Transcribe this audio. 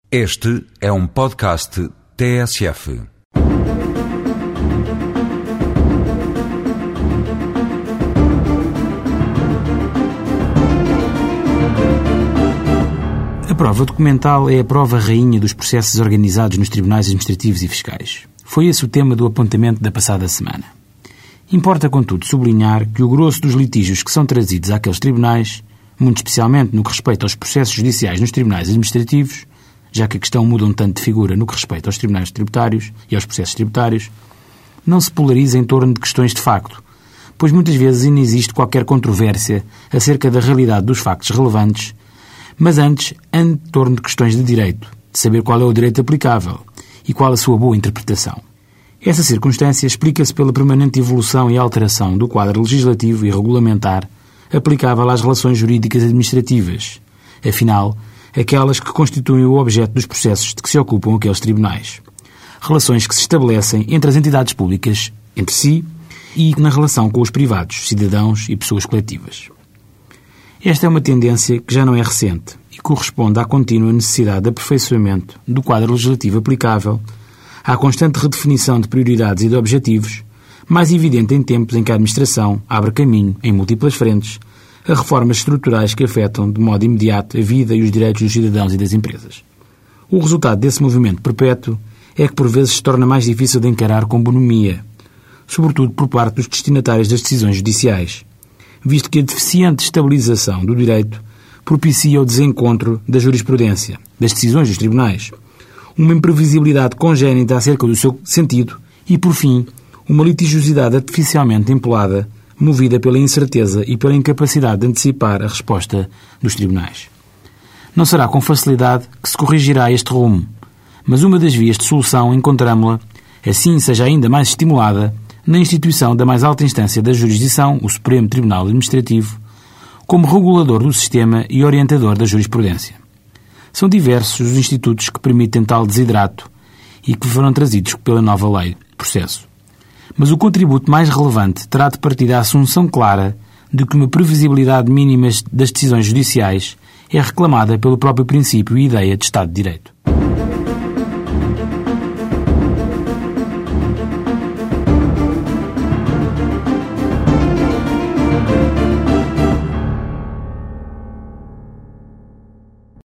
Este é um podcast TSF. A prova documental é a prova rainha dos processos organizados nos tribunais administrativos e fiscais. Foi esse o tema do apontamento da passada semana. Importa, contudo, sublinhar que o grosso dos litígios que são trazidos àqueles tribunais, muito especialmente no que respeita aos processos judiciais nos tribunais administrativos, já que a questão muda um tanto de figura no que respeita aos tribunais tributários e aos processos tributários, não se polariza em torno de questões de facto, pois muitas vezes não existe qualquer controvérsia acerca da realidade dos factos relevantes, mas antes em torno de questões de direito, de saber qual é o direito aplicável e qual a sua boa interpretação. Essa circunstância explica-se pela permanente evolução e alteração do quadro legislativo e regulamentar aplicável às relações jurídicas administrativas, afinal, aquelas que constituem o objeto dos processos de que se ocupam aqueles tribunais. Relações que se estabelecem entre as entidades públicas, entre si, e na relação com os privados, cidadãos e pessoas coletivas. Esta é uma tendência que já não é recente e corresponde à contínua necessidade de aperfeiçoamento do quadro legislativo aplicável, à constante redefinição de prioridades e de objetivos, mais evidente em tempos em que a administração abre caminho, em múltiplas frentes, a reformas estruturais que afetam de modo imediato a vida e os direitos dos cidadãos e das empresas. O resultado desse movimento perpétuo é que por vezes se torna mais difícil de encarar com bonomia, sobretudo por parte dos destinatários das decisões judiciais, visto que a deficiente estabilização do direito propicia o desencontro da jurisprudência, das decisões dos tribunais, uma imprevisibilidade congénita acerca do seu sentido e, por fim, uma litigiosidade artificialmente empolada, movida pela incerteza e pela incapacidade de antecipar a resposta dos tribunais. Não será com facilidade que se corrigirá este rumo, mas uma das vias de solução encontramo-la, assim seja ainda mais estimulada, na instituição da mais alta instância da jurisdição, o Supremo Tribunal Administrativo, como regulador do sistema e orientador da jurisprudência. São diversos os institutos que permitem tal desidrato e que foram trazidos pela nova lei de processo. Mas o contributo mais relevante terá de partir da assunção clara de que uma previsibilidade mínima das decisões judiciais é reclamada pelo próprio princípio e ideia de Estado de Direito.